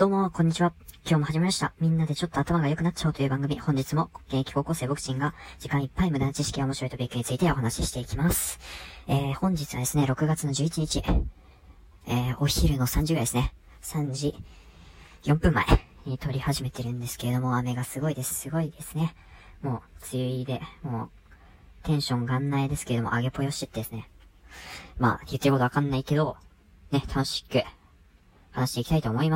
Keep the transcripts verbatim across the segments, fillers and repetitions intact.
どうも、こんにちは。今日も始めました。みんなでちょっと頭が良くなっちゃおうという番組。本日も現役高校生僕ちんが時間いっぱい無駄な知識や面白いトピックについてお話ししていきます。えー、本日はですね、ろくがつのじゅういちにち、えー、お昼のさんじぐらいですね。さんじよんぷんまえに撮り始めてるんですけれども、雨がすごいです。すごいですね。もう、梅雨入りで、もう、テンションがんないですけれども、上げぽよしてってですね。まあ、言ってることわかんないけど、ね、楽しく、話していきたいと思います。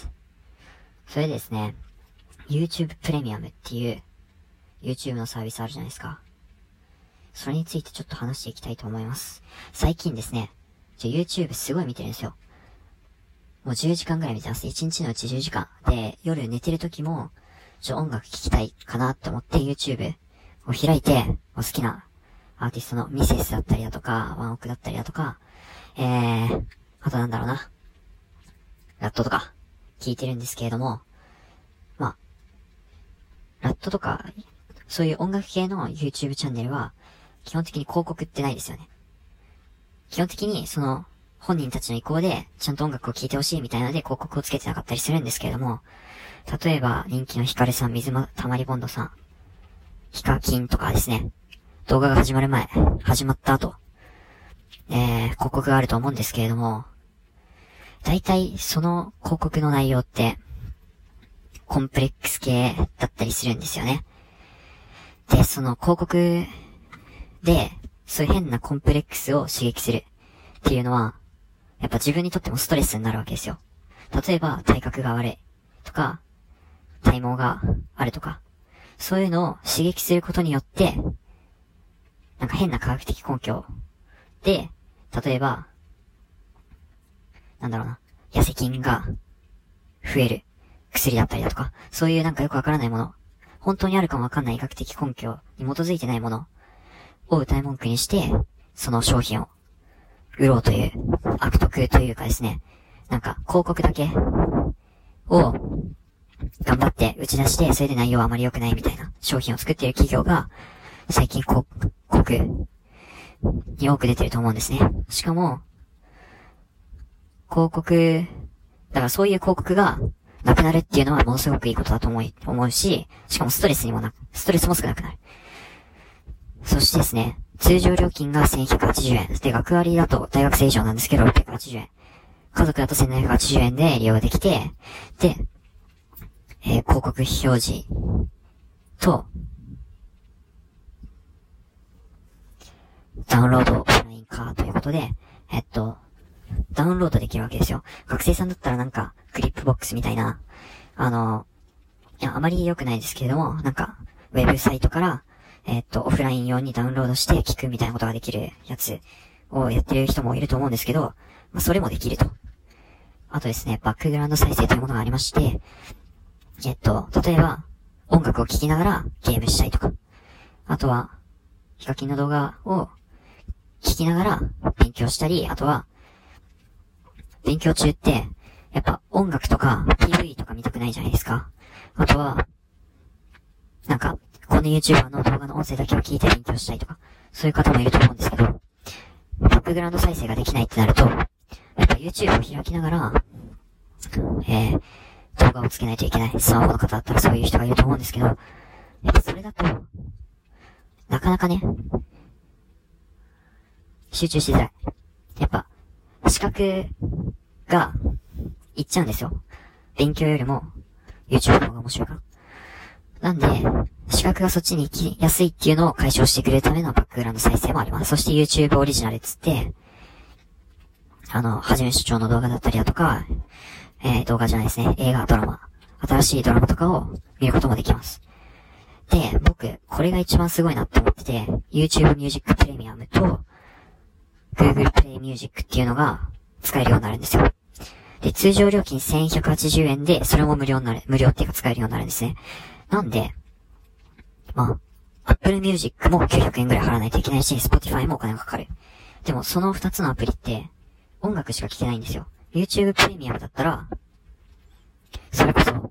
それでですね、YouTube プレミアムっていう YouTube のサービスあるじゃないですか。それについてちょっと話していきたいと思います。最近ですね、YouTube すごい見てるんですよ。もうじゅうじかんぐらい見てます。いちにちのうちじゅうじかん。で、夜寝てる時も、ちょ、音楽聴きたいかなって思って YouTube を開いて、好きなアーティストのミセスだったりだとか、ワンオクだったりだとか、えー、あとなんだろうな。ラットとか、聞いてるんですけれども、まあ、ラットとか、そういう音楽系の YouTube チャンネルは、基本的に広告ってないですよね。基本的に、その、本人たちの意向で、ちゃんと音楽を聴いてほしいみたいなので広告をつけてなかったりするんですけれども、例えば、人気のヒカルさん、水ま、たまりボンドさん、ヒカキンとかですね、動画が始まる前、始まった後、えー、広告があると思うんですけれども、大体その広告の内容って、コンプレックス系だったりするんですよね。で、その広告で、そういう変なコンプレックスを刺激するっていうのは、やっぱ自分にとってもストレスになるわけですよ。例えば、体格が悪いとか、体毛があるとか、そういうのを刺激することによって、なんか変な科学的根拠で、例えば、なんだろうな、痩せ菌が増える薬だったりだとか、そういうなんかよくわからないもの、本当にあるかもわかんない医学的根拠に基づいてないものを謳い文句にして、その商品を売ろうという悪徳というかですね、なんか広告だけを頑張って打ち出して、それで内容はあまり良くないみたいな商品を作っている企業が最近広告に多く出てると思うんですね。しかも、広告、だからそういう広告がなくなるっていうのはものすごくいいことだと思い、思うし、しかもストレスにもな、ストレスも少なくなる。そしてですね、通常料金がせんひゃくはちじゅうえん。で、学割だと大学生以上なんですけどろっぴゃくはちじゅうえん。家族だとせんななひゃくはちじゅうえんで利用ができて、で、えー、広告表示と、ダウンロードオフライン化ということで、えっと、ダウンロードできるわけですよ。学生さんだったらなんか、クリップボックスみたいな、あの、いや、あまり良くないですけれども、なんか、ウェブサイトから、えー、っと、オフライン用にダウンロードして聞くみたいなことができるやつをやってる人もいると思うんですけど、まあ、それもできると。あとですね、バックグラウンド再生というものがありまして、えっと、例えば、音楽を聴きながらゲームしたいとか、あとは、ヒカキンの動画を聞きながら勉強したり、あとは、勉強中って、やっぱ音楽とか ピーブイ とか見たくないじゃないですか。あとは、なんか、この YouTuber の動画の音声だけを聞いて勉強したいとか、そういう方もいると思うんですけど、バックグラウンド再生ができないってなると、やっぱ YouTube を開きながら、えー、動画をつけないといけない。スマホの方だったらそういう人がいると思うんですけど、やっぱそれだと、なかなかね、集中しづらい。やっぱ、視覚が、いっちゃうんですよ。勉強よりも、YouTube の方が面白いから。なんで、視覚がそっちに行きやすいっていうのを解消してくれるためのバックグラウンド再生もあります。そして YouTube オリジナルつって、あの、はじめ所長の動画だったりだとか、えー、動画じゃないですね。映画、ドラマ、新しいドラマとかを見ることもできます。で、僕、これが一番すごいなって思ってて、YouTube Music Premium と、Google Play Music っていうのが使えるようになるんですよ。で、通常料金せんひゃくはちじゅうえんで、それも無料になる、無料っていうか使えるようになるんですね。なんで、まあ、Apple Music もきゅうひゃくえんぐらい払わないといけないし、Spotify もお金がかかる。でも、そのふたつのアプリって、音楽しか聴けないんですよ。YouTube Premium だったら、それこそ、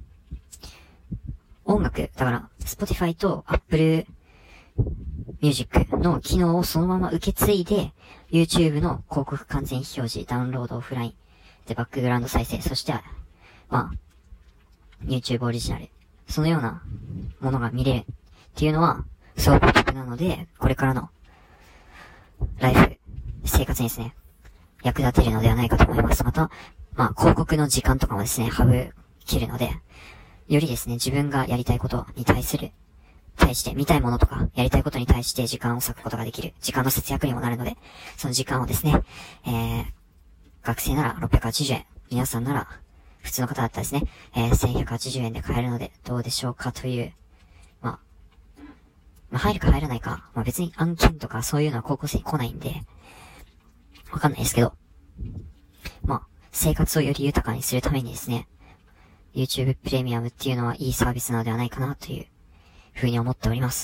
音楽、だから、Spotify と Apple Music の機能をそのまま受け継いで、YouTube の広告完全非表示、ダウンロードオフライン、で、バックグラウンド再生、そして、 まあ、YouTube オリジナル、そのようなものが見れるっていうのは、すごくお得なので、これからの、ライフ、生活にですね、役立てるのではないかと思います。また、まあ、広告の時間とかもですね、省けるので、よりですね、自分がやりたいことに対する、対して、見たいものとか、やりたいことに対して時間を割くことができる。時間の節約にもなるので、その時間をですね、えー、学生ならろっぴゃくはちじゅうえん、皆さんなら、普通の方だったらですね、えー、せんひゃくはちじゅうえんで買えるので、どうでしょうかという、まあ、まあ、入るか入らないか、まあ別に案件とかそういうのは高校生に来ないんで、わかんないですけど、まあ、生活をより豊かにするためにですね、YouTube プレミアムっていうのはいいサービスなのではないかなというふうに思っております。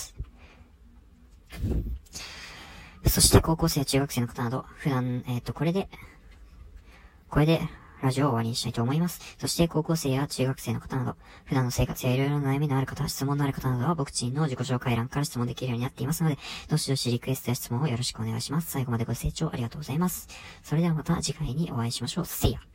そして高校生や中学生の方など、普段、えっと、これで、これで、ラジオを終わりにしたいと思います。そして高校生や中学生の方など、普段の生活やいろいろな悩みのある方、質問のある方などは、僕ちんの自己紹介欄から質問できるようになっていますので、どしどしリクエストや質問をよろしくお願いします。最後までご清聴ありがとうございます。それではまた次回にお会いしましょう。See ya!